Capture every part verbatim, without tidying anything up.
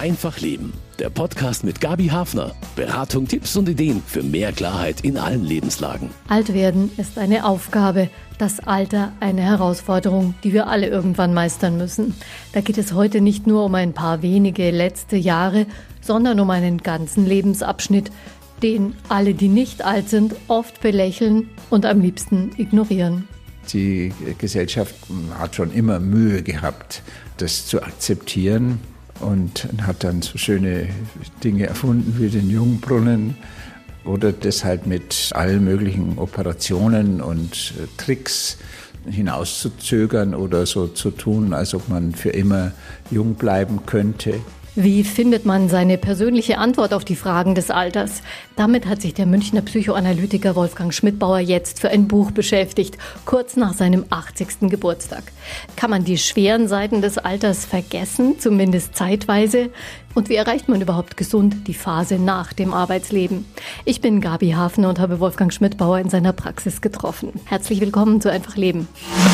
Einfach Leben, der Podcast mit Gabi Hafner. Beratung, Tipps und Ideen für mehr Klarheit in allen Lebenslagen. Alt werden ist eine Aufgabe, das Alter eine Herausforderung, die wir alle irgendwann meistern müssen. Da geht es heute nicht nur um ein paar wenige letzte Jahre, sondern um einen ganzen Lebensabschnitt, den alle, die nicht alt sind, oft belächeln und am liebsten ignorieren. Die Gesellschaft hat schon immer Mühe gehabt, das zu akzeptieren und hat dann so schöne Dinge erfunden wie den Jungbrunnen oder das halt mit allen möglichen Operationen und Tricks hinauszuzögern oder so zu tun, als ob man für immer jung bleiben könnte. Wie findet man seine persönliche Antwort auf die Fragen des Alters? Damit hat sich der Münchner Psychoanalytiker Wolfgang Schmidbauer jetzt für ein Buch beschäftigt, kurz nach seinem achtzigsten Geburtstag. Kann man die schweren Seiten des Alters vergessen, zumindest zeitweise? Und wie erreicht man überhaupt gesund die Phase nach dem Arbeitsleben? Ich bin Gabi Hafner und habe Wolfgang Schmidbauer in seiner Praxis getroffen. Herzlich willkommen zu Einfach Leben.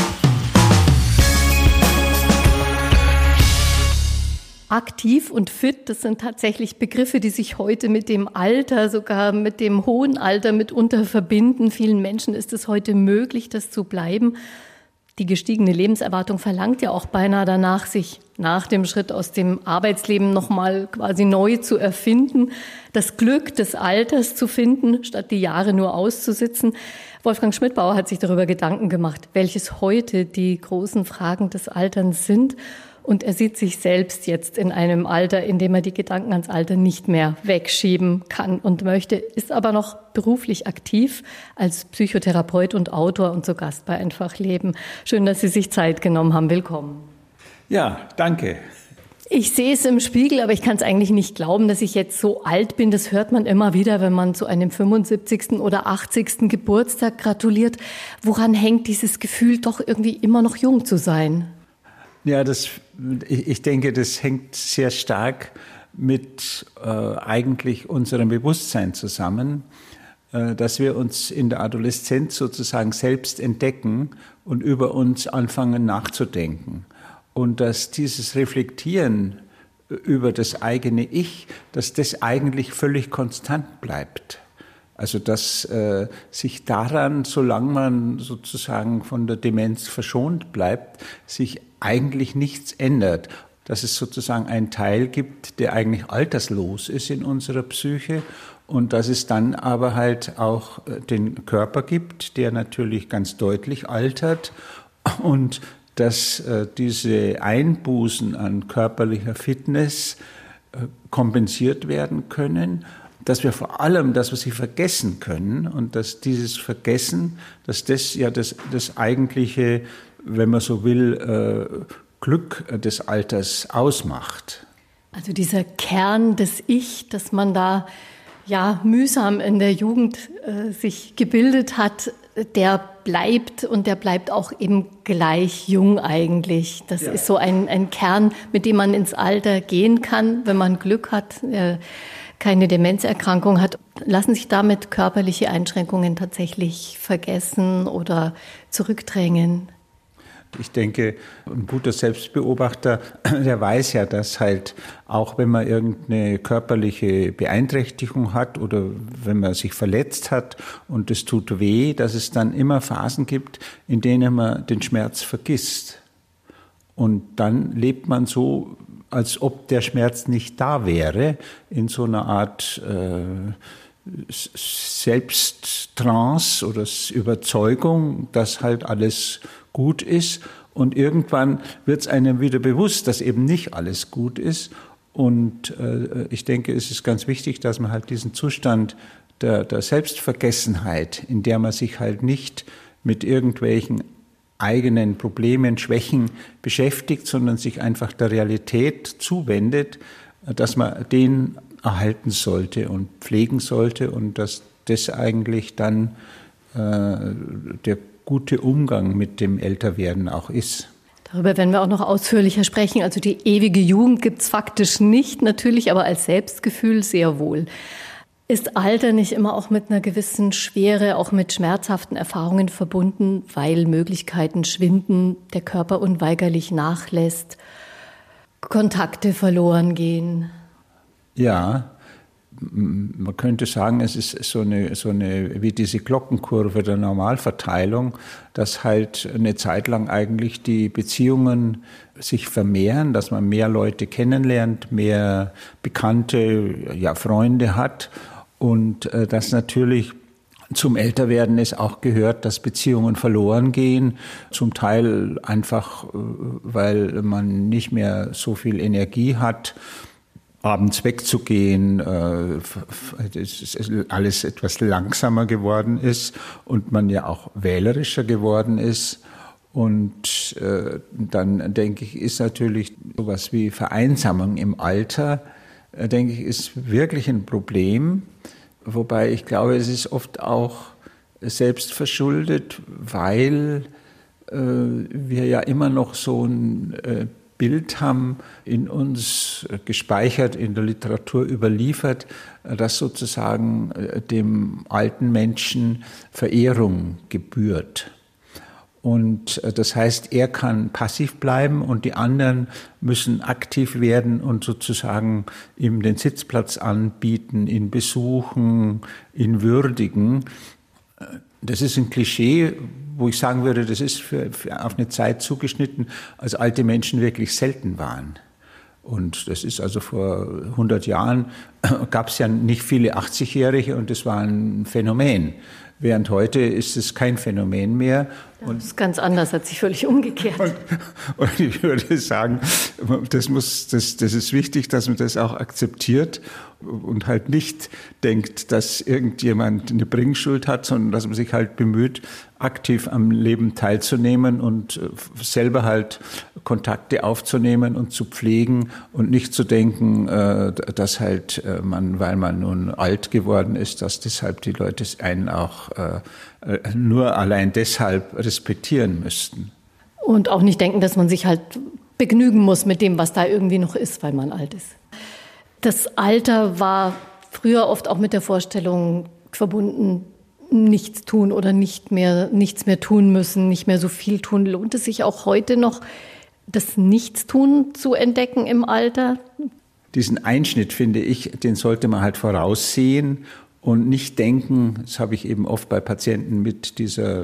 Aktiv und fit, das sind tatsächlich Begriffe, die sich heute mit dem Alter, sogar mit dem hohen Alter mitunter verbinden. Vielen Menschen ist es heute möglich, das zu bleiben. Die gestiegene Lebenserwartung verlangt ja auch beinahe danach, sich nach dem Schritt aus dem Arbeitsleben nochmal quasi neu zu erfinden, das Glück des Alters zu finden, statt die Jahre nur auszusitzen. Wolfgang Schmidbauer hat sich darüber Gedanken gemacht, welches heute die großen Fragen des Alterns sind. Und er sieht sich selbst jetzt in einem Alter, in dem er die Gedanken ans Alter nicht mehr wegschieben kann und möchte, ist aber noch beruflich aktiv als Psychotherapeut und Autor und zu Gast bei Einfach Leben. Schön, dass Sie sich Zeit genommen haben. Willkommen. Ja, danke. Ich sehe es im Spiegel, aber ich kann es eigentlich nicht glauben, dass ich jetzt so alt bin. Das hört man immer wieder, wenn man zu einem fünfundsiebzigsten oder achtzigsten Geburtstag gratuliert. Woran hängt dieses Gefühl, doch irgendwie immer noch jung zu sein? Ja, das, ich denke, das hängt sehr stark mit äh, eigentlich unserem Bewusstsein zusammen, äh, dass wir uns in der Adoleszenz sozusagen selbst entdecken und über uns anfangen nachzudenken. Und dass dieses Reflektieren über das eigene Ich, dass das eigentlich völlig konstant bleibt. Also dass äh, sich daran, solange man sozusagen von der Demenz verschont bleibt, sich eigentlich nichts ändert. Dass es sozusagen einen Teil gibt, der eigentlich alterslos ist in unserer Psyche und dass es dann aber halt auch den Körper gibt, der natürlich ganz deutlich altert und dass äh, diese Einbußen an körperlicher Fitness äh, kompensiert werden können. Dass wir vor allem, dass wir sie vergessen können und dass dieses Vergessen, dass das ja das, das eigentliche, wenn man so will, äh, Glück des Alters ausmacht. Also dieser Kern des Ich, dass man da ja mühsam in der Jugend äh, sich gebildet hat, der bleibt und der bleibt auch eben gleich jung eigentlich. Das ja. ist so ein, ein Kern, mit dem man ins Alter gehen kann, wenn man Glück hat. Äh, keine Demenzerkrankung hat, lassen sich damit körperliche Einschränkungen tatsächlich vergessen oder zurückdrängen? Ich denke, ein guter Selbstbeobachter, der weiß ja, dass halt auch wenn man irgendeine körperliche Beeinträchtigung hat oder wenn man sich verletzt hat und es tut weh, dass es dann immer Phasen gibt, in denen man den Schmerz vergisst. Und dann lebt man so, als ob der Schmerz nicht da wäre, in so einer Art äh, Selbsttrance oder Überzeugung, dass halt alles gut ist. Und irgendwann wird es einem wieder bewusst, dass eben nicht alles gut ist. Und äh, ich denke, es ist ganz wichtig, dass man halt diesen Zustand der, der Selbstvergessenheit, in der man sich halt nicht mit irgendwelchen eigenen Problemen, Schwächen beschäftigt, sondern sich einfach der Realität zuwendet, dass man den erhalten sollte und pflegen sollte und dass das eigentlich dann äh, der gute Umgang mit dem Älterwerden auch ist. Darüber werden wir auch noch ausführlicher sprechen. Also die ewige Jugend gibt es faktisch nicht, natürlich, aber als Selbstgefühl sehr wohl. Ist Alter nicht immer auch mit einer gewissen Schwere, auch mit schmerzhaften Erfahrungen verbunden, weil Möglichkeiten schwinden, der Körper unweigerlich nachlässt, Kontakte verloren gehen? Ja, man könnte sagen, es ist so eine, so eine, wie diese Glockenkurve der Normalverteilung, dass halt eine Zeit lang eigentlich die Beziehungen sich vermehren, dass man mehr Leute kennenlernt, mehr Bekannte, ja, Freunde hat und äh, dass natürlich zum Älterwerden es auch gehört, dass Beziehungen verloren gehen, zum Teil einfach, weil man nicht mehr so viel Energie hat, abends wegzugehen, dass alles etwas langsamer geworden ist und man ja auch wählerischer geworden ist. Und dann, denke ich, ist natürlich sowas wie Vereinsamung im Alter, denke ich, ist wirklich ein Problem. Wobei ich glaube, es ist oft auch selbst verschuldet, weil äh, wir ja immer noch so ein äh, Bild haben, in uns gespeichert, in der Literatur überliefert, dass sozusagen äh, dem alten Menschen Verehrung gebührt. Und äh, das heißt, er kann passiv bleiben und die anderen müssen aktiv werden und sozusagen ihm den Sitzplatz anbieten, ihn besuchen, ihn würdigen. Das ist ein Klischee, wo ich sagen würde, das ist für, für auf eine Zeit zugeschnitten, als alte Menschen wirklich selten waren. Und das ist also vor hundert Jahren, gab es ja nicht viele achtzigjährige und das war ein Phänomen. Während heute ist es kein Phänomen mehr. Und das ist ganz anders, hat sich völlig umgekehrt. Und, und ich würde sagen, das, muss, das, das ist wichtig, dass man das auch akzeptiert und halt nicht denkt, dass irgendjemand eine Bringschuld hat, sondern dass man sich halt bemüht, aktiv am Leben teilzunehmen und selber halt Kontakte aufzunehmen und zu pflegen und nicht zu denken, dass halt man, weil man nun alt geworden ist, dass deshalb die Leute einen auch nur allein deshalb respektieren müssten. Und auch nicht denken, dass man sich halt begnügen muss mit dem, was da irgendwie noch ist, weil man alt ist. Das Alter war früher oft auch mit der Vorstellung verbunden, nichts tun oder nicht mehr, nichts mehr tun müssen, nicht mehr so viel tun. Lohnt es sich auch heute noch, das Nichtstun zu entdecken im Alter? Diesen Einschnitt, finde ich, den sollte man halt voraussehen und nicht denken, das habe ich eben oft bei Patienten mit dieser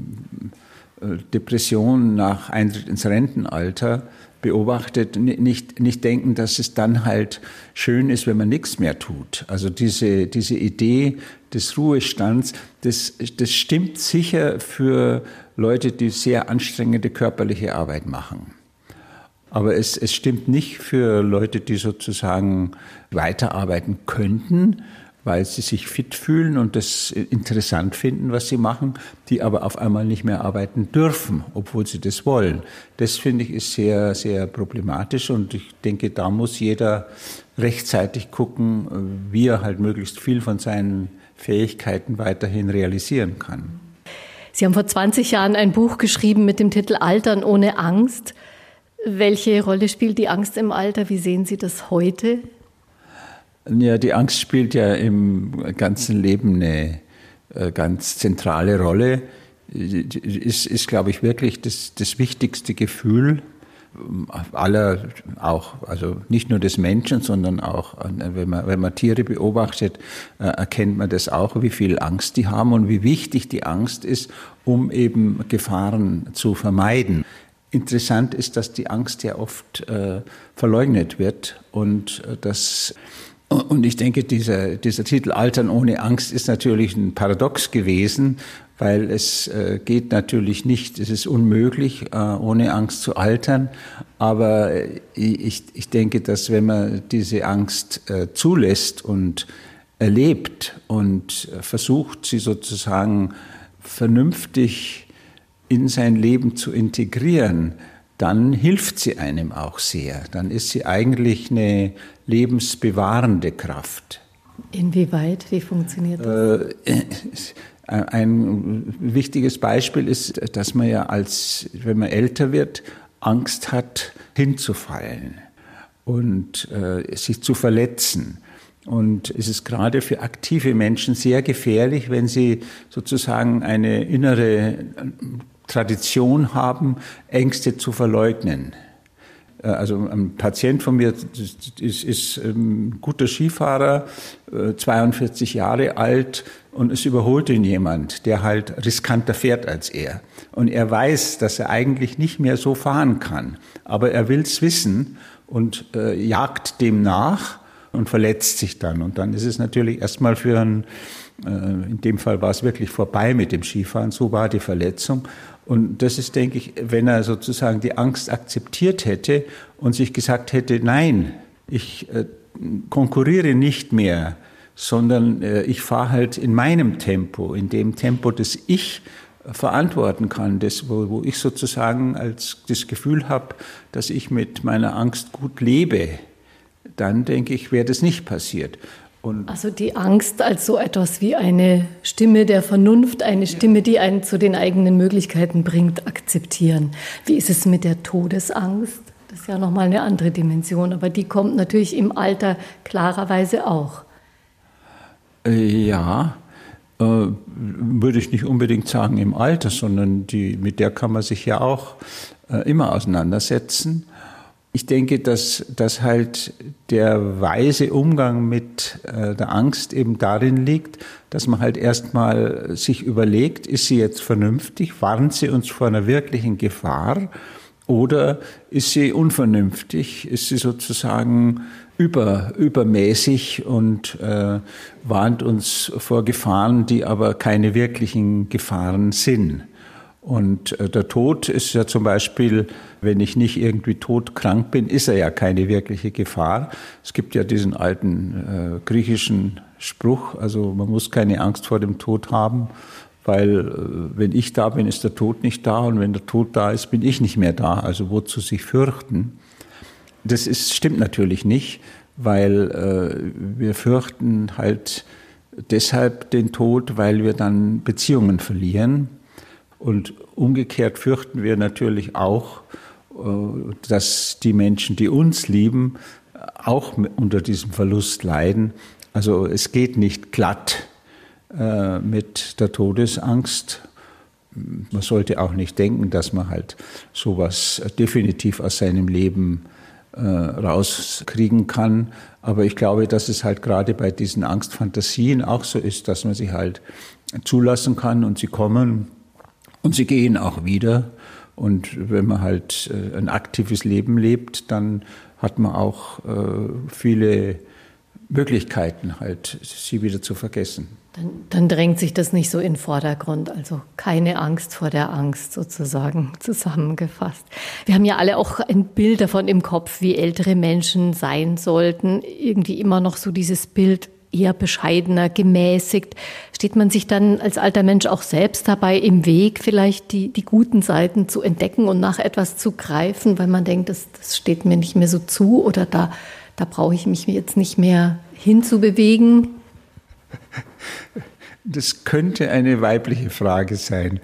Depression nach Eintritt ins Rentenalter beobachtet, nicht, nicht denken, dass es dann halt schön ist, wenn man nichts mehr tut. Also diese, diese Idee des Ruhestands, das, das stimmt sicher für Leute, die sehr anstrengende körperliche Arbeit machen. Aber es, es stimmt nicht für Leute, die sozusagen weiterarbeiten könnten, weil sie sich fit fühlen und das interessant finden, was sie machen, die aber auf einmal nicht mehr arbeiten dürfen, obwohl sie das wollen. Das, finde ich, ist sehr, sehr problematisch und ich denke, da muss jeder rechtzeitig gucken, wie er halt möglichst viel von seinen Fähigkeiten weiterhin realisieren kann. Sie haben vor zwanzig Jahren ein Buch geschrieben mit dem Titel Altern ohne Angst. Welche Rolle spielt die Angst im Alter? Wie sehen Sie das heute? Ja, die Angst spielt ja im ganzen Leben eine äh, ganz zentrale Rolle. Ist, ist glaube ich, wirklich das, das wichtigste Gefühl aller, auch, also nicht nur des Menschen, sondern auch, wenn man, wenn man Tiere beobachtet, äh, erkennt man das auch, wie viel Angst die haben und wie wichtig die Angst ist, um eben Gefahren zu vermeiden. Interessant ist, dass die Angst ja oft äh, verleugnet wird und äh, dass Und ich denke, dieser, dieser Titel Altern ohne Angst ist natürlich ein Paradox gewesen, weil es äh, geht natürlich nicht, es ist unmöglich, äh, ohne Angst zu altern. Aber ich, ich denke, dass wenn man diese Angst äh, zulässt und erlebt und versucht, sie sozusagen vernünftig in sein Leben zu integrieren, dann hilft sie einem auch sehr. Dann ist sie eigentlich eine lebensbewahrende Kraft. Inwieweit? Wie funktioniert das? Ein wichtiges Beispiel ist, dass man ja als, wenn man älter wird, Angst hat, hinzufallen und äh, sich zu verletzen. Und es ist gerade für aktive Menschen sehr gefährlich, wenn sie sozusagen eine innere Tradition haben, Ängste zu verleugnen. Also ein Patient von mir ist, ist ein guter Skifahrer, zweiundvierzig Jahre alt, und es überholt ihn jemand, der halt riskanter fährt als er. Und er weiß, dass er eigentlich nicht mehr so fahren kann, aber er will es wissen und äh, jagt dem nach und verletzt sich dann. Und dann ist es natürlich erstmal für einen, äh, in dem Fall war es wirklich vorbei mit dem Skifahren, so war die Verletzung. Und das ist, denke ich, wenn er sozusagen die Angst akzeptiert hätte und sich gesagt hätte, nein, ich äh, konkurriere nicht mehr, sondern äh, ich fahre halt in meinem Tempo, in dem Tempo, das ich verantworten kann, das, wo, wo ich sozusagen als das Gefühl habe, dass ich mit meiner Angst gut lebe, dann denke ich, wäre das nicht passiert. Und also die Angst als so etwas wie eine Stimme der Vernunft, eine Stimme, die einen zu den eigenen Möglichkeiten bringt, akzeptieren. Wie ist es mit der Todesangst? Das ist ja nochmal eine andere Dimension, aber die kommt natürlich im Alter klarerweise auch. Ja, äh, würde ich nicht unbedingt sagen im Alter, sondern die, mit der kann man sich ja auch äh, immer auseinandersetzen. Ich denke, dass, dass halt der weise Umgang mit äh, der Angst eben darin liegt, dass man halt erstmal sich überlegt, ist sie jetzt vernünftig, warnt sie uns vor einer wirklichen Gefahr oder ist sie unvernünftig, ist sie sozusagen über, übermäßig und äh, warnt uns vor Gefahren, die aber keine wirklichen Gefahren sind. Und äh, der Tod ist ja zum Beispiel, wenn ich nicht irgendwie todkrank bin, ist er ja keine wirkliche Gefahr. Es gibt ja diesen alten äh, griechischen Spruch, also man muss keine Angst vor dem Tod haben, weil äh, wenn ich da bin, ist der Tod nicht da, und wenn der Tod da ist, bin ich nicht mehr da. Also wozu sich fürchten? Das ist, stimmt natürlich nicht, weil äh, wir fürchten halt deshalb den Tod, weil wir dann Beziehungen verlieren. Und umgekehrt fürchten wir natürlich auch, äh, dass die Menschen, die uns lieben, auch unter diesem Verlust leiden. Also es geht nicht glatt äh, mit der Todesangst. Man sollte auch nicht denken, dass man halt sowas definitiv aus seinem Leben äh, rauskriegen kann. Aber ich glaube, dass es halt gerade bei diesen Angstfantasien auch so ist, dass man sie halt zulassen kann und sie kommen und sie gehen auch wieder. Und wenn man halt äh, ein aktives Leben lebt, dann hat man auch äh, viele Möglichkeiten, halt sie wieder zu vergessen. Dann, dann drängt sich das nicht so in den Vordergrund, also keine Angst vor der Angst sozusagen zusammengefasst. Wir haben ja alle auch ein Bild davon im Kopf, wie ältere Menschen sein sollten. Irgendwie immer noch so dieses Bild eher bescheidener, gemäßigt. Steht man sich dann als alter Mensch auch selbst dabei im Weg, vielleicht die, die guten Seiten zu entdecken und nach etwas zu greifen, weil man denkt, das, das steht mir nicht mehr so zu oder da, da brauche ich mich jetzt nicht mehr hinzubewegen? Das könnte eine weibliche Frage sein.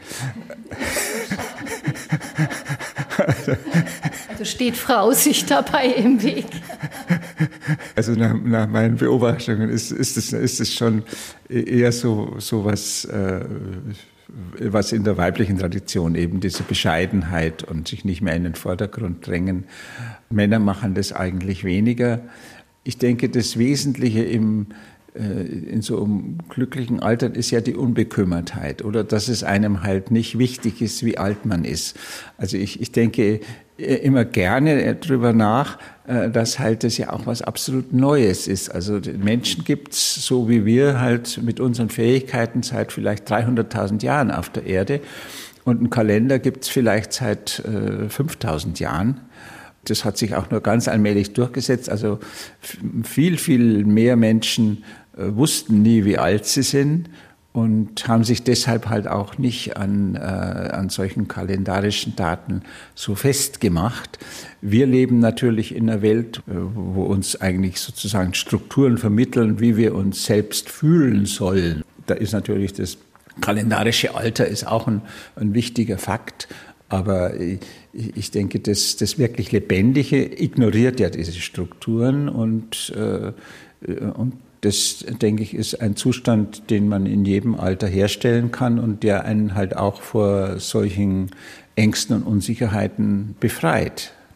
Also steht Frau sich dabei im Weg? Also nach, nach meinen Beobachtungen ist, ist, es, ist es schon eher so, so was, äh, was in der weiblichen Tradition eben diese Bescheidenheit und sich nicht mehr in den Vordergrund drängen. Männer machen das eigentlich weniger. Ich denke, das Wesentliche im in so einem glücklichen Alter ist ja die Unbekümmertheit oder dass es einem halt nicht wichtig ist, wie alt man ist. Also ich, ich denke immer gerne drüber nach, dass halt das ja auch was absolut Neues ist. Also Menschen gibt's so wie wir halt mit unseren Fähigkeiten seit vielleicht dreihunderttausend Jahren auf der Erde und einen Kalender gibt's vielleicht seit äh, fünftausend Jahren. Das hat sich auch nur ganz allmählich durchgesetzt. Also viel, viel mehr Menschen wussten nie, wie alt sie sind und haben sich deshalb halt auch nicht an, äh, an solchen kalendarischen Daten so festgemacht. Wir leben natürlich in einer Welt, wo uns eigentlich sozusagen Strukturen vermitteln, wie wir uns selbst fühlen sollen. Da ist natürlich das kalendarische Alter ist auch ein, ein wichtiger Fakt. Aber ich denke, das, das wirklich Lebendige ignoriert ja diese Strukturen und, äh, und das, denke ich, ist ein Zustand, den man in jedem Alter herstellen kann und der einen halt auch vor solchen Ängsten und Unsicherheiten befreit.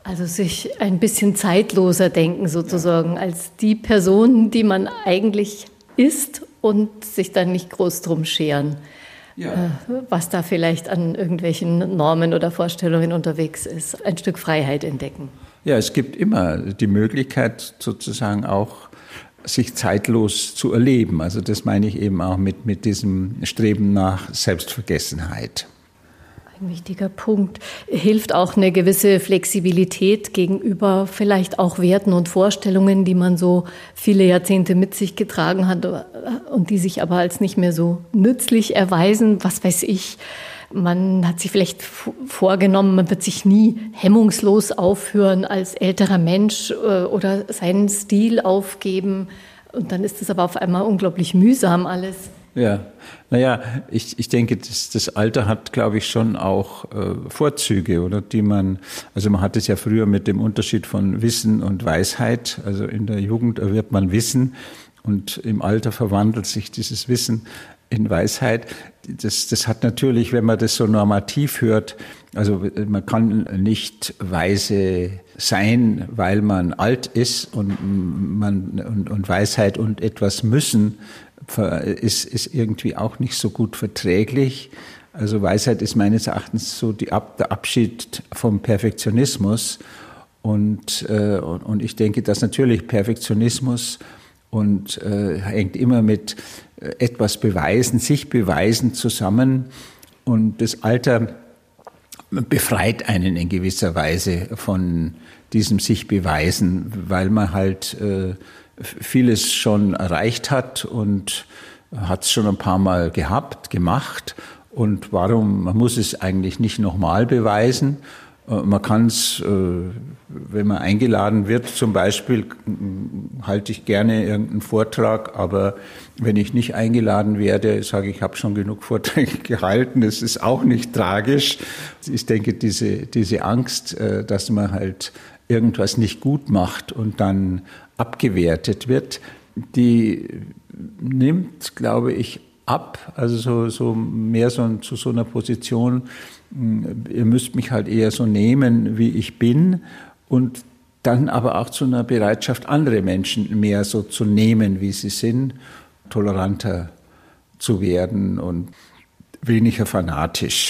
Also sich ein bisschen zeitloser denken sozusagen, ja, als die Person, die man eigentlich ist und sich dann nicht groß drum scheren, ja, was da vielleicht an irgendwelchen Normen oder Vorstellungen unterwegs ist. Ein Stück Freiheit entdecken. Ja, es gibt immer die Möglichkeit sozusagen auch, sich zeitlos zu erleben. Also das meine ich eben auch mit, mit diesem Streben nach Selbstvergessenheit. Ein wichtiger Punkt. Hilft auch eine gewisse Flexibilität gegenüber vielleicht auch Werten und Vorstellungen, die man so viele Jahrzehnte mit sich getragen hat und die sich aber als nicht mehr so nützlich erweisen. Was weiß ich, man hat sich vielleicht vorgenommen, man wird sich nie hemmungslos aufführen als älterer Mensch oder seinen Stil aufgeben. Und dann ist es aber auf einmal unglaublich mühsam alles. Ja, naja, ich, ich denke, das, das Alter hat, glaube ich, schon auch äh, Vorzüge, oder die man, also man hat es ja früher mit dem Unterschied von Wissen und Weisheit, also in der Jugend erwirbt man Wissen und im Alter verwandelt sich dieses Wissen in Weisheit. Das, das hat natürlich, wenn man das so normativ hört, also man kann nicht weise sein, weil man alt ist und man und, und Weisheit und etwas müssen ist, ist irgendwie auch nicht so gut verträglich. Also Weisheit ist meines Erachtens so die Ab, der Abschied vom Perfektionismus. Und, äh, und, und ich denke, dass natürlich Perfektionismus und äh, hängt immer mit äh, etwas beweisen, sich beweisen zusammen. Und das Alter befreit einen in gewisser Weise von diesem sich beweisen, weil man halt äh, vieles schon erreicht hat und hat es schon ein paar Mal gehabt, gemacht. Und warum, man muss es eigentlich nicht nochmal beweisen. Man kann es, wenn man eingeladen wird, zum Beispiel, halte ich gerne irgendeinen Vortrag, aber wenn ich nicht eingeladen werde, sage ich, ich habe schon genug Vorträge gehalten, das ist auch nicht tragisch. Ich denke, diese, diese Angst, dass man halt irgendwas nicht gut macht und dann abgewertet wird, die nimmt, glaube ich, ab, also so, so mehr so zu so einer Position, ihr müsst mich halt eher so nehmen, wie ich bin, und dann aber auch zu einer Bereitschaft, andere Menschen mehr so zu nehmen, wie sie sind, toleranter zu werden und weniger fanatisch.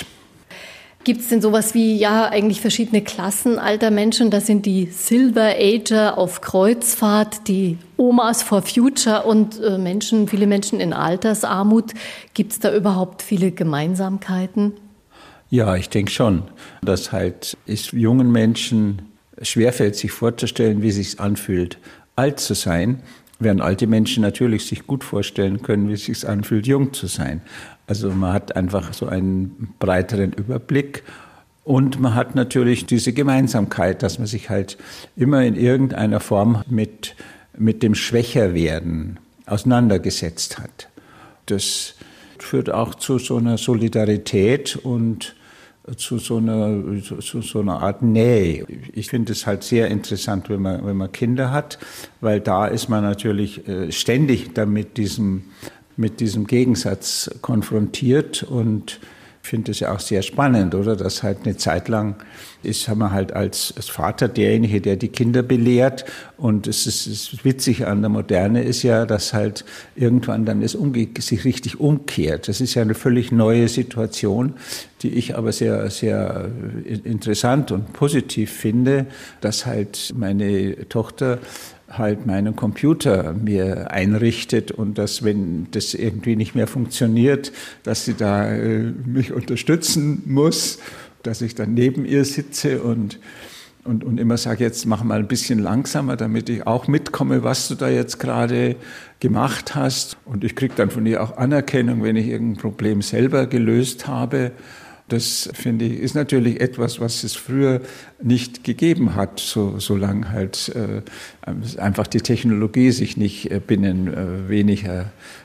Gibt es denn sowas wie, ja, eigentlich verschiedene Klassen alter Menschen? Das sind die Silver Ager auf Kreuzfahrt, die Omas for Future und äh, Menschen, viele Menschen in Altersarmut. Gibt es da überhaupt viele Gemeinsamkeiten? Ja, ich denke schon, dass halt es jungen Menschen schwerfällt, sich vorzustellen, wie es sich anfühlt, alt zu sein, während alte Menschen natürlich sich gut vorstellen können, wie es sich anfühlt, jung zu sein. Also man hat einfach so einen breiteren Überblick und man hat natürlich diese Gemeinsamkeit, dass man sich halt immer in irgendeiner Form mit, mit dem Schwächerwerden auseinandergesetzt hat. Das führt auch zu so einer Solidarität und zu so einer, zu so einer Art Nähe. Ich finde es halt sehr interessant, wenn man, wenn man Kinder hat, weil da ist man natürlich ständig damit diesem mit diesem Gegensatz konfrontiert und finde es ja auch sehr spannend, oder? Dass halt eine Zeit lang ist, haben wir halt als, als Vater derjenige, der die Kinder belehrt, und es ist, es ist witzig an der Moderne ist ja, dass halt irgendwann dann es umge- sich richtig umkehrt. Das ist ja eine völlig neue Situation, die ich aber sehr, sehr interessant und positiv finde, dass halt meine Tochter halt meinen Computer mir einrichtet und dass, wenn das irgendwie nicht mehr funktioniert, dass sie da äh, mich unterstützen muss, dass ich dann neben ihr sitze und, und, und immer sage, jetzt mach mal ein bisschen langsamer, damit ich auch mitkomme, was du da jetzt gerade gemacht hast. Und ich kriege dann von ihr auch Anerkennung, wenn ich irgendein Problem selber gelöst habe. Das, finde ich, ist natürlich etwas, was es früher nicht gegeben hat, so, solange halt äh, einfach die Technologie sich nicht äh, binnen äh, weniger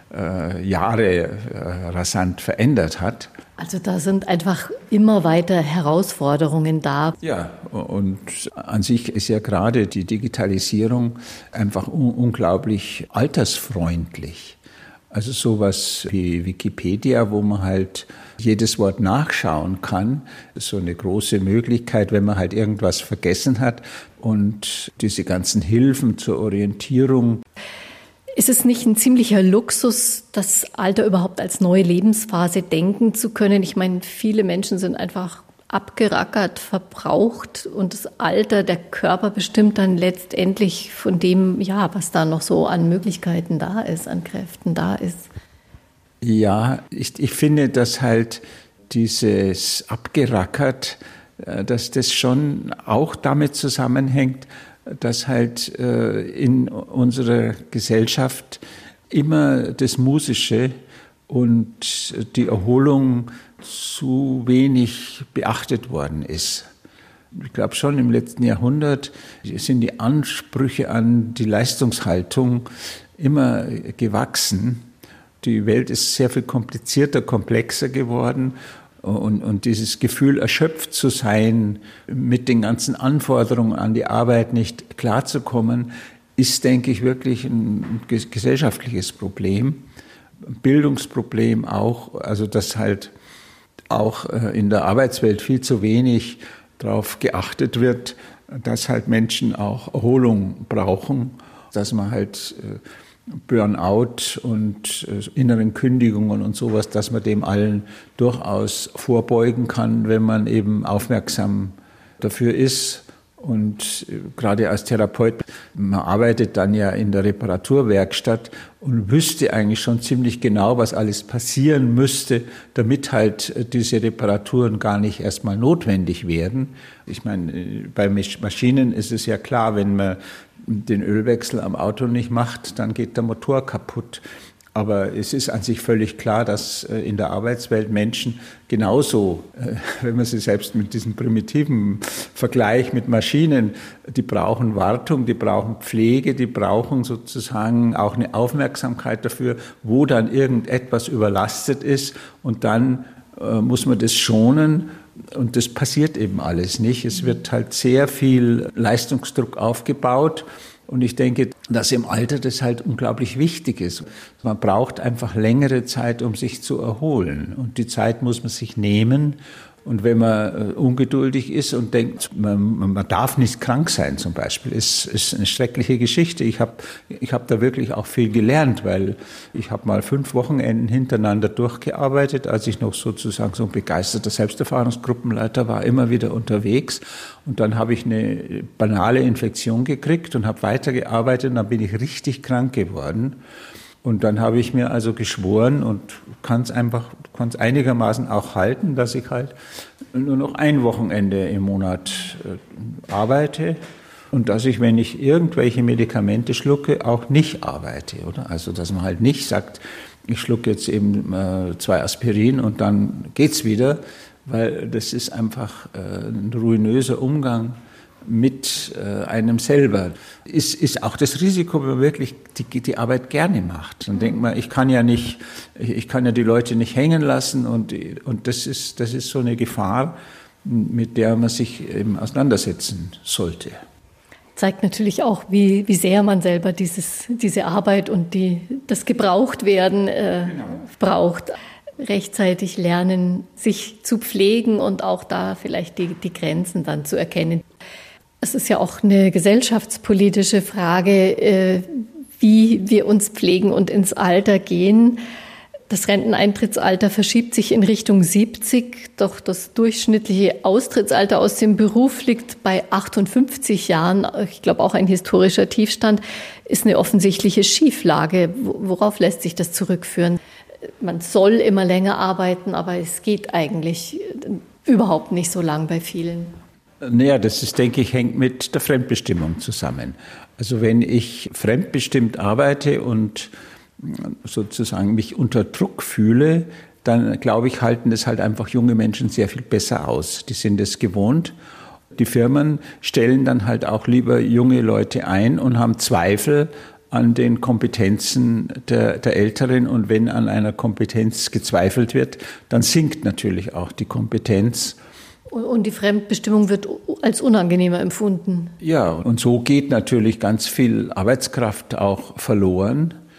äh, Jahre äh, rasant verändert hat. Also da sind einfach immer weiter Herausforderungen da. Ja, und an sich ist ja gerade die Digitalisierung einfach un- unglaublich altersfreundlich. Also sowas wie Wikipedia, wo man halt jedes Wort nachschauen kann. Das ist so eine große Möglichkeit, wenn man halt irgendwas vergessen hat. Und diese ganzen Hilfen zur Orientierung. Ist es nicht ein ziemlicher Luxus, das Alter überhaupt als neue Lebensphase denken zu können? Ich meine, viele Menschen sind einfach abgerackert, verbraucht und das Alter, der Körper bestimmt dann letztendlich von dem, ja, was da noch so an Möglichkeiten da ist, an Kräften da ist. Ja, ich, ich finde, dass halt dieses abgerackert, dass das schon auch damit zusammenhängt, dass halt äh, in unserer Gesellschaft immer das Musische und die Erholung zu wenig beachtet worden ist. Ich glaube schon im letzten Jahrhundert sind die Ansprüche an die Leistungshaltung immer gewachsen. Die Welt ist sehr viel komplizierter, komplexer geworden. Und, und dieses Gefühl, erschöpft zu sein, mit den ganzen Anforderungen an die Arbeit nicht klarzukommen, ist, denke ich, wirklich ein gesellschaftliches Problem. Ein Bildungsproblem auch, also dass halt auch in der Arbeitswelt viel zu wenig darauf geachtet wird, dass halt Menschen auch Erholung brauchen, dass man halt Burnout und inneren Kündigungen und sowas, dass man dem allen durchaus vorbeugen kann, wenn man eben aufmerksam dafür ist. Und gerade als Therapeut, man arbeitet dann ja in der Reparaturwerkstatt und wüsste eigentlich schon ziemlich genau, was alles passieren müsste, damit halt diese Reparaturen gar nicht erstmal notwendig werden. Ich meine, bei Maschinen ist es ja klar, wenn man den Ölwechsel am Auto nicht macht, dann geht der Motor kaputt. Aber es ist an sich völlig klar, dass in der Arbeitswelt Menschen genauso, wenn man sie selbst mit diesem primitiven Vergleich mit Maschinen, die brauchen Wartung, die brauchen Pflege, die brauchen sozusagen auch eine Aufmerksamkeit dafür, wo dann irgendetwas überlastet ist. Und dann muss man das schonen. Und das passiert eben alles nicht. Es wird halt sehr viel Leistungsdruck aufgebaut. Und ich denke, dass im Alter das halt unglaublich wichtig ist. Man braucht einfach längere Zeit, um sich zu erholen. Und die Zeit muss man sich nehmen. Und wenn man ungeduldig ist und denkt, man, man darf nicht krank sein zum Beispiel, ist, ist eine schreckliche Geschichte. Ich habe ich hab da wirklich auch viel gelernt, weil ich habe mal fünf Wochenenden hintereinander durchgearbeitet, als ich noch sozusagen so ein begeisterter Selbsterfahrungsgruppenleiter war, immer wieder unterwegs. Und dann habe ich eine banale Infektion gekriegt und habe weitergearbeitet und dann bin ich richtig krank geworden. Und dann habe ich mir also geschworen und kann es einfach, kann es einigermaßen auch halten, dass ich halt nur noch ein Wochenende im Monat äh, arbeite und dass ich, wenn ich irgendwelche Medikamente schlucke, auch nicht arbeite, oder? Also, dass man halt nicht sagt, ich schlucke jetzt eben äh, zwei Aspirin und dann geht's wieder, weil das ist einfach äh, ein ruinöser Umgang mit äh, einem selber. Ist, ist auch das Risiko, wenn man wirklich die, die Arbeit gerne macht. Dann denkt man, ich kann ja nicht, ich kann ja die Leute nicht hängen lassen und, und das ist, das ist so eine Gefahr, mit der man sich eben auseinandersetzen sollte. Zeigt natürlich auch, wie, wie sehr man selber dieses, diese Arbeit und die, das Gebrauchtwerden äh, genau. braucht. Rechtzeitig lernen, sich zu pflegen und auch da vielleicht die, die Grenzen dann zu erkennen. Es ist ja auch eine gesellschaftspolitische Frage, wie wir uns pflegen und ins Alter gehen. Das Renteneintrittsalter verschiebt sich in Richtung siebzig, doch das durchschnittliche Austrittsalter aus dem Beruf liegt bei achtundfünfzig Jahren. Ich glaube, auch ein historischer Tiefstand ist eine offensichtliche Schieflage. Worauf lässt sich das zurückführen? Man soll immer länger arbeiten, aber es geht eigentlich überhaupt nicht so lang bei vielen. Naja, das ist, denke ich, hängt mit der Fremdbestimmung zusammen. Also wenn ich fremdbestimmt arbeite und sozusagen mich unter Druck fühle, dann glaube ich, halten das halt einfach junge Menschen sehr viel besser aus. Die sind es gewohnt. Die Firmen stellen dann halt auch lieber junge Leute ein und haben Zweifel an den Kompetenzen der, der Älteren. Und wenn an einer Kompetenz gezweifelt wird, dann sinkt natürlich auch die Kompetenz. Und die Fremdbestimmung wird als unangenehmer empfunden. Ja, und so geht natürlich ganz viel Arbeitskraft auch verloren.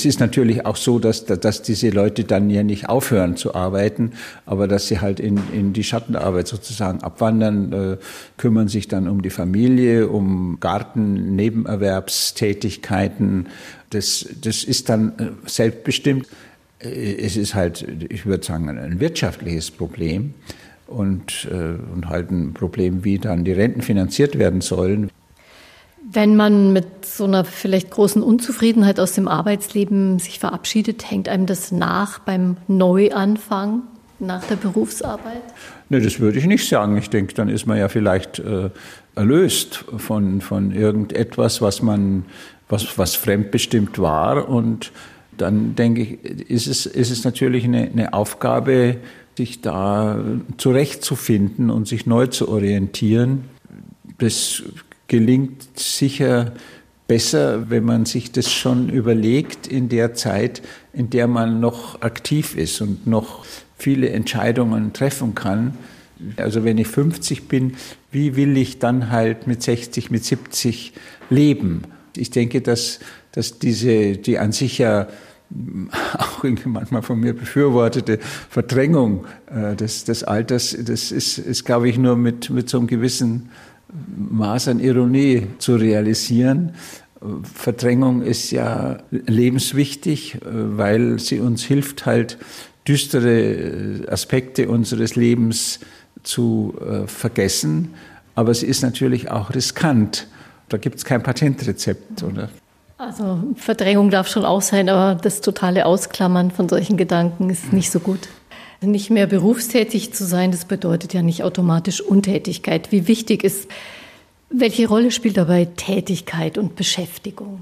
Es ist natürlich auch so, dass, dass diese Leute dann ja nicht aufhören zu arbeiten, aber dass sie halt in, in die Schattenarbeit sozusagen abwandern, äh, kümmern sich dann um die Familie, um Garten, Nebenerwerbstätigkeiten. Das, das ist dann selbstbestimmt. Es ist halt, ich würde sagen, ein wirtschaftliches Problem und, äh, und halt ein Problem, wie dann die Renten finanziert werden sollen. Wenn man mit so einer vielleicht großen Unzufriedenheit aus dem Arbeitsleben sich verabschiedet, hängt einem das nach beim Neuanfang nach der Berufsarbeit? Ne, das würde ich nicht sagen. Ich denke, dann ist man ja vielleicht äh, erlöst von, von irgendetwas, was man, was, was fremdbestimmt war. Und dann denke ich, ist es, ist es natürlich eine, eine Aufgabe, sich da zurechtzufinden und sich neu zu orientieren. Das gelingt sicher besser, wenn man sich das schon überlegt in der Zeit, in der man noch aktiv ist und noch viele Entscheidungen treffen kann. Also wenn ich fünfzig bin, wie will ich dann halt mit sechzig, mit siebzig leben? Ich denke, dass, dass diese, die an sich ja auch manchmal von mir befürwortete Verdrängung äh, des, des Alters, das ist, ist, glaube ich, nur mit, mit so einem gewissen Maß an Ironie zu realisieren. Verdrängung ist ja lebenswichtig, weil sie uns hilft, halt düstere Aspekte unseres Lebens zu äh, vergessen. Aber sie ist natürlich auch riskant. Da gibt es kein Patentrezept, oder? Also Verdrängung darf schon auch sein, aber das totale Ausklammern von solchen Gedanken ist nicht so gut. Nicht mehr berufstätig zu sein, das bedeutet ja nicht automatisch Untätigkeit. Wie wichtig ist, welche Rolle spielt dabei Tätigkeit und Beschäftigung?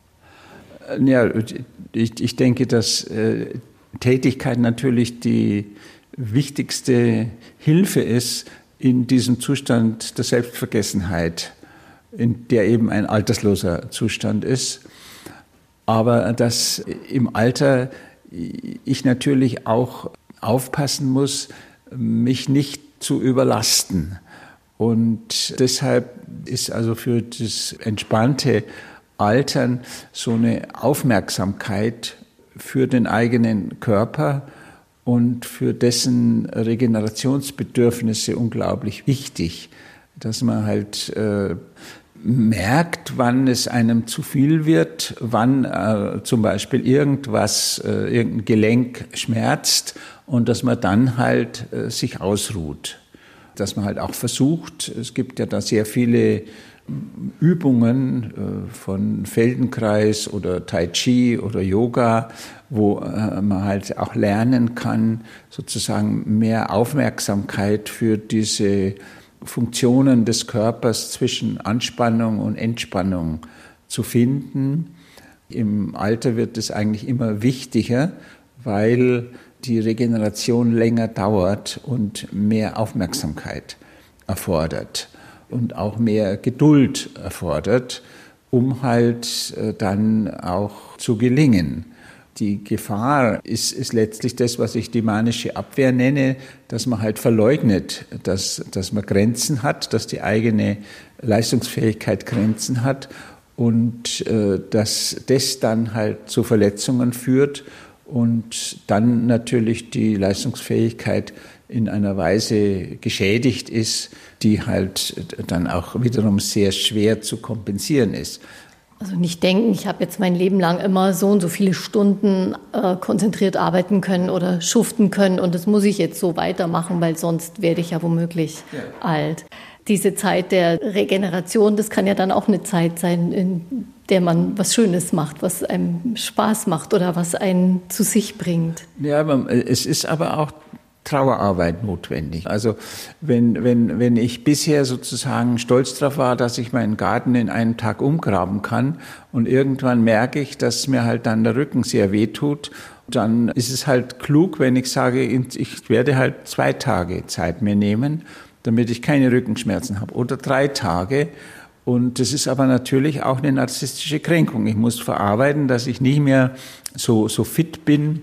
Ja, ich, ich denke, dass äh, Tätigkeit natürlich die wichtigste Hilfe ist in diesem Zustand der Selbstvergessenheit, in der eben ein altersloser Zustand ist. Aber dass im Alter ich natürlich auch aufpassen muss, mich nicht zu überlasten. Und deshalb ist also für das entspannte Altern so eine Aufmerksamkeit für den eigenen Körper und für dessen Regenerationsbedürfnisse unglaublich wichtig, dass man halt äh, merkt, wann es einem zu viel wird, wann äh, zum Beispiel irgendwas, äh, irgendein Gelenk schmerzt und dass man dann halt äh, sich ausruht. Dass man halt auch versucht, es gibt ja da sehr viele Übungen äh, von Feldenkreis oder Tai Chi oder Yoga, wo äh, man halt auch lernen kann, sozusagen mehr Aufmerksamkeit für diese Funktionen des Körpers zwischen Anspannung und Entspannung zu finden. Im Alter wird es eigentlich immer wichtiger, weil die Regeneration länger dauert und mehr Aufmerksamkeit erfordert und auch mehr Geduld erfordert, um halt dann auch zu gelingen. Die Gefahr ist, ist letztlich das, was ich die manische Abwehr nenne, dass man halt verleugnet, dass, dass man Grenzen hat, dass die eigene Leistungsfähigkeit Grenzen hat und äh, dass das dann halt zu Verletzungen führt und dann natürlich die Leistungsfähigkeit in einer Weise geschädigt ist, die halt dann auch wiederum sehr schwer zu kompensieren ist. Also nicht denken, ich habe jetzt mein Leben lang immer so und so viele Stunden äh, konzentriert arbeiten können oder schuften können und das muss ich jetzt so weitermachen, weil sonst werde ich ja womöglich ja. alt. Diese Zeit der Regeneration, das kann ja dann auch eine Zeit sein, in der man was Schönes macht, was einem Spaß macht oder was einen zu sich bringt. Ja, aber es ist aber auch Trauerarbeit notwendig. Also wenn, wenn, wenn ich bisher sozusagen stolz darauf war, dass ich meinen Garten in einem Tag umgraben kann und irgendwann merke ich, dass mir halt dann der Rücken sehr wehtut, dann ist es halt klug, wenn ich sage, ich werde halt zwei Tage Zeit mir nehmen, damit ich keine Rückenschmerzen habe oder drei Tage. Und das ist aber natürlich auch eine narzisstische Kränkung. Ich muss verarbeiten, dass ich nicht mehr so, so fit bin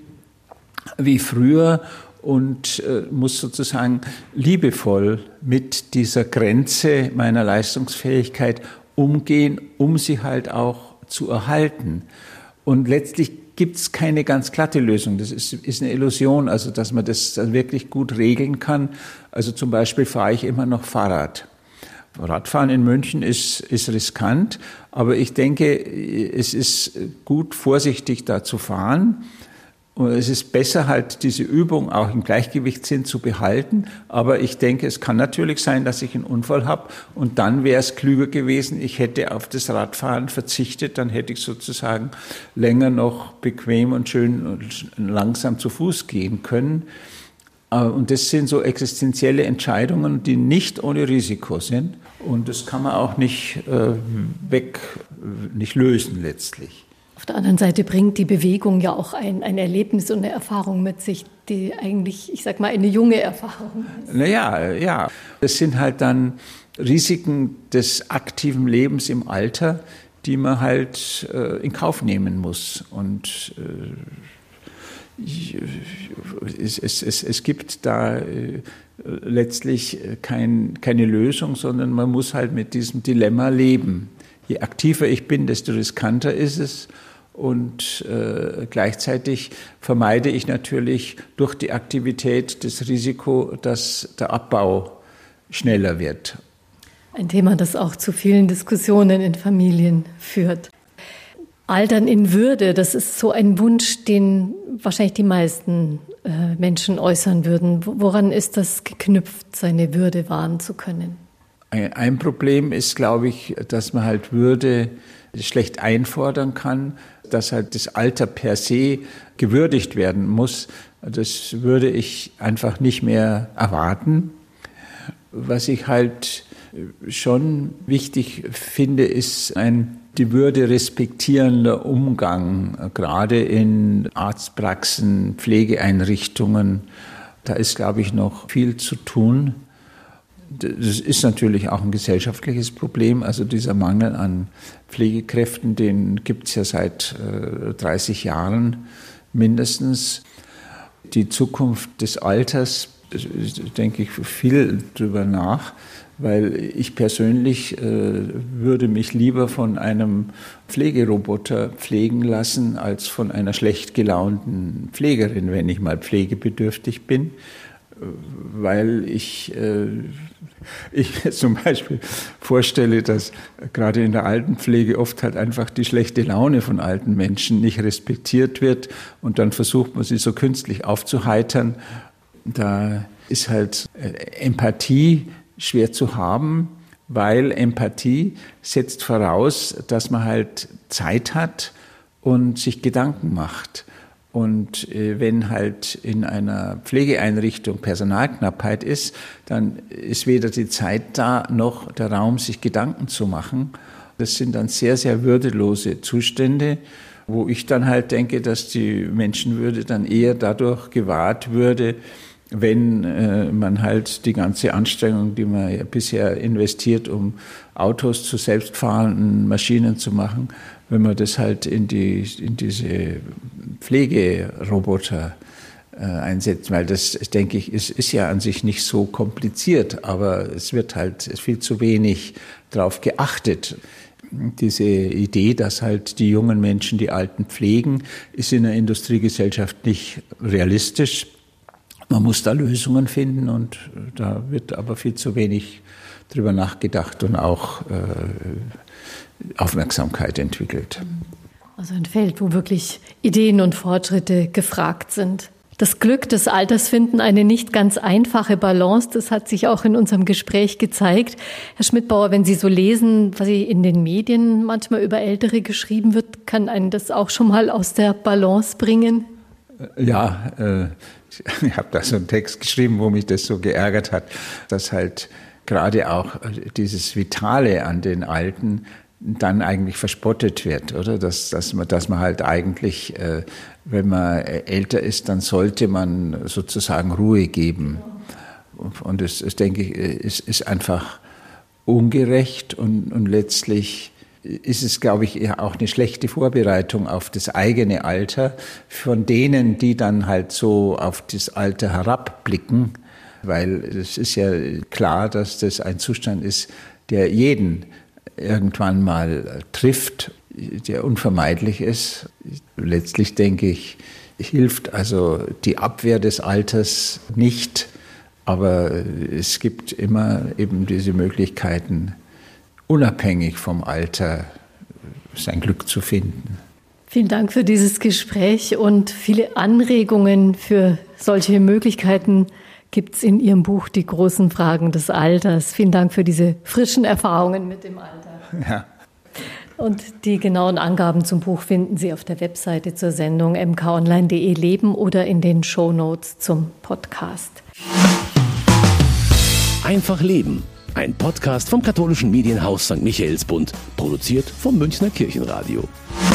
wie früher und äh, muss sozusagen liebevoll mit dieser Grenze meiner Leistungsfähigkeit umgehen, um sie halt auch zu erhalten. Und letztlich gibt es keine ganz glatte Lösung. Das ist, ist eine Illusion, also dass man das wirklich gut regeln kann. Also zum Beispiel fahre ich immer noch Fahrrad. Radfahren in München ist, ist riskant, aber ich denke, es ist gut, vorsichtig da zu fahren. Und es ist besser, halt diese Übung auch im Gleichgewichtssinn zu behalten. Aber ich denke, es kann natürlich sein, dass ich einen Unfall habe. Und dann wäre es klüger gewesen, ich hätte auf das Radfahren verzichtet. Dann hätte ich sozusagen länger noch bequem und schön und langsam zu Fuß gehen können. Und das sind so existenzielle Entscheidungen, die nicht ohne Risiko sind. Und das kann man auch nicht äh, weg, nicht lösen letztlich. Auf der anderen Seite bringt die Bewegung ja auch ein, ein Erlebnis und eine Erfahrung mit sich, die eigentlich, ich sag mal, eine junge Erfahrung ist. Naja, ja. Das sind halt dann Risiken des aktiven Lebens im Alter, die man halt äh, in Kauf nehmen muss. Und äh, Es, es, es, es gibt da äh, letztlich kein, keine Lösung, sondern man muss halt mit diesem Dilemma leben. Je aktiver ich bin, desto riskanter ist es. Und äh, gleichzeitig vermeide ich natürlich durch die Aktivität das Risiko, dass der Abbau schneller wird. Ein Thema, das auch zu vielen Diskussionen in Familien führt. Altern in Würde, das ist so ein Wunsch, den wahrscheinlich die meisten äh, Menschen äußern würden. Woran ist das geknüpft, seine Würde wahren zu können? Ein, ein Problem ist, glaube ich, dass man halt Würde schlecht einfordern kann, dass halt das Alter per se gewürdigt werden muss. Das würde ich einfach nicht mehr erwarten. Was ich halt schon wichtig finde, ist ein die Würde respektierender Umgang, gerade in Arztpraxen, Pflegeeinrichtungen. Da ist, glaube ich, noch viel zu tun. Das ist natürlich auch ein gesellschaftliches Problem. Also dieser Mangel an Pflegekräften, den gibt es ja seit äh, dreißig Jahren mindestens. Die Zukunft des Alters, da denke ich viel drüber nach. Weil ich persönlich äh, würde mich lieber von einem Pflegeroboter pflegen lassen, als von einer schlecht gelaunten Pflegerin, wenn ich mal pflegebedürftig bin. Weil ich, äh, ich mir zum Beispiel vorstelle, dass gerade in der Altenpflege oft halt einfach die schlechte Laune von alten Menschen nicht respektiert wird. Und dann versucht man sie so künstlich aufzuheitern. Da ist halt äh, Empathie schwer zu haben, weil Empathie setzt voraus, dass man halt Zeit hat und sich Gedanken macht. Und äh, wenn halt in einer Pflegeeinrichtung Personalknappheit ist, dann ist weder die Zeit da, noch der Raum, sich Gedanken zu machen. Das sind dann sehr, sehr würdelose Zustände, wo ich dann halt denke, dass die Menschenwürde dann eher dadurch gewahrt würde, wenn äh, man halt die ganze Anstrengung, die man ja bisher investiert, um Autos zu selbstfahrenden Maschinen zu machen, wenn man das halt in die in diese Pflegeroboter äh, einsetzt, weil das, denke ich, ist, ist ja an sich nicht so kompliziert, aber es wird halt viel zu wenig darauf geachtet. Diese Idee, dass halt die jungen Menschen die Alten pflegen, ist in der Industriegesellschaft nicht realistisch. Man muss da Lösungen finden und da wird aber viel zu wenig drüber nachgedacht und auch äh, Aufmerksamkeit entwickelt. Also ein Feld, wo wirklich Ideen und Fortschritte gefragt sind. Das Glück des Alters finden eine nicht ganz einfache Balance, das hat sich auch in unserem Gespräch gezeigt. Herr Schmidbauer, wenn Sie so lesen, was in den Medien manchmal über Ältere geschrieben wird, kann einen das auch schon mal aus der Balance bringen? Ja, äh, ich habe da so einen Text geschrieben, wo mich das so geärgert hat, dass halt gerade auch dieses Vitale an den Alten dann eigentlich verspottet wird, oder? Dass, dass, man, dass man halt eigentlich, äh, wenn man älter ist, dann sollte man sozusagen Ruhe geben. Und das, das denke ich, ist, ist einfach ungerecht und, und letztlich ist es, glaube ich, eher auch eine schlechte Vorbereitung auf das eigene Alter von denen, die dann halt so auf das Alter herabblicken, weil es ist ja klar, dass das ein Zustand ist, der jeden irgendwann mal trifft. der unvermeidlich ist. Letztlich denke ich, hilft also die Abwehr des Alters nicht, aber es gibt immer eben diese Möglichkeiten, unabhängig vom Alter sein Glück zu finden. Vielen Dank für dieses Gespräch und viele Anregungen für solche Möglichkeiten gibt es in Ihrem Buch Die großen Fragen des Alters. Vielen Dank für diese frischen Erfahrungen mit dem Alter. Ja. Und die genauen Angaben zum Buch finden Sie auf der Webseite zur Sendung m k online punkt d e Leben oder in den Shownotes zum Podcast. Einfach Leben. Ein Podcast vom katholischen Medienhaus Sankt Michaelsbund, produziert vom Münchner Kirchenradio.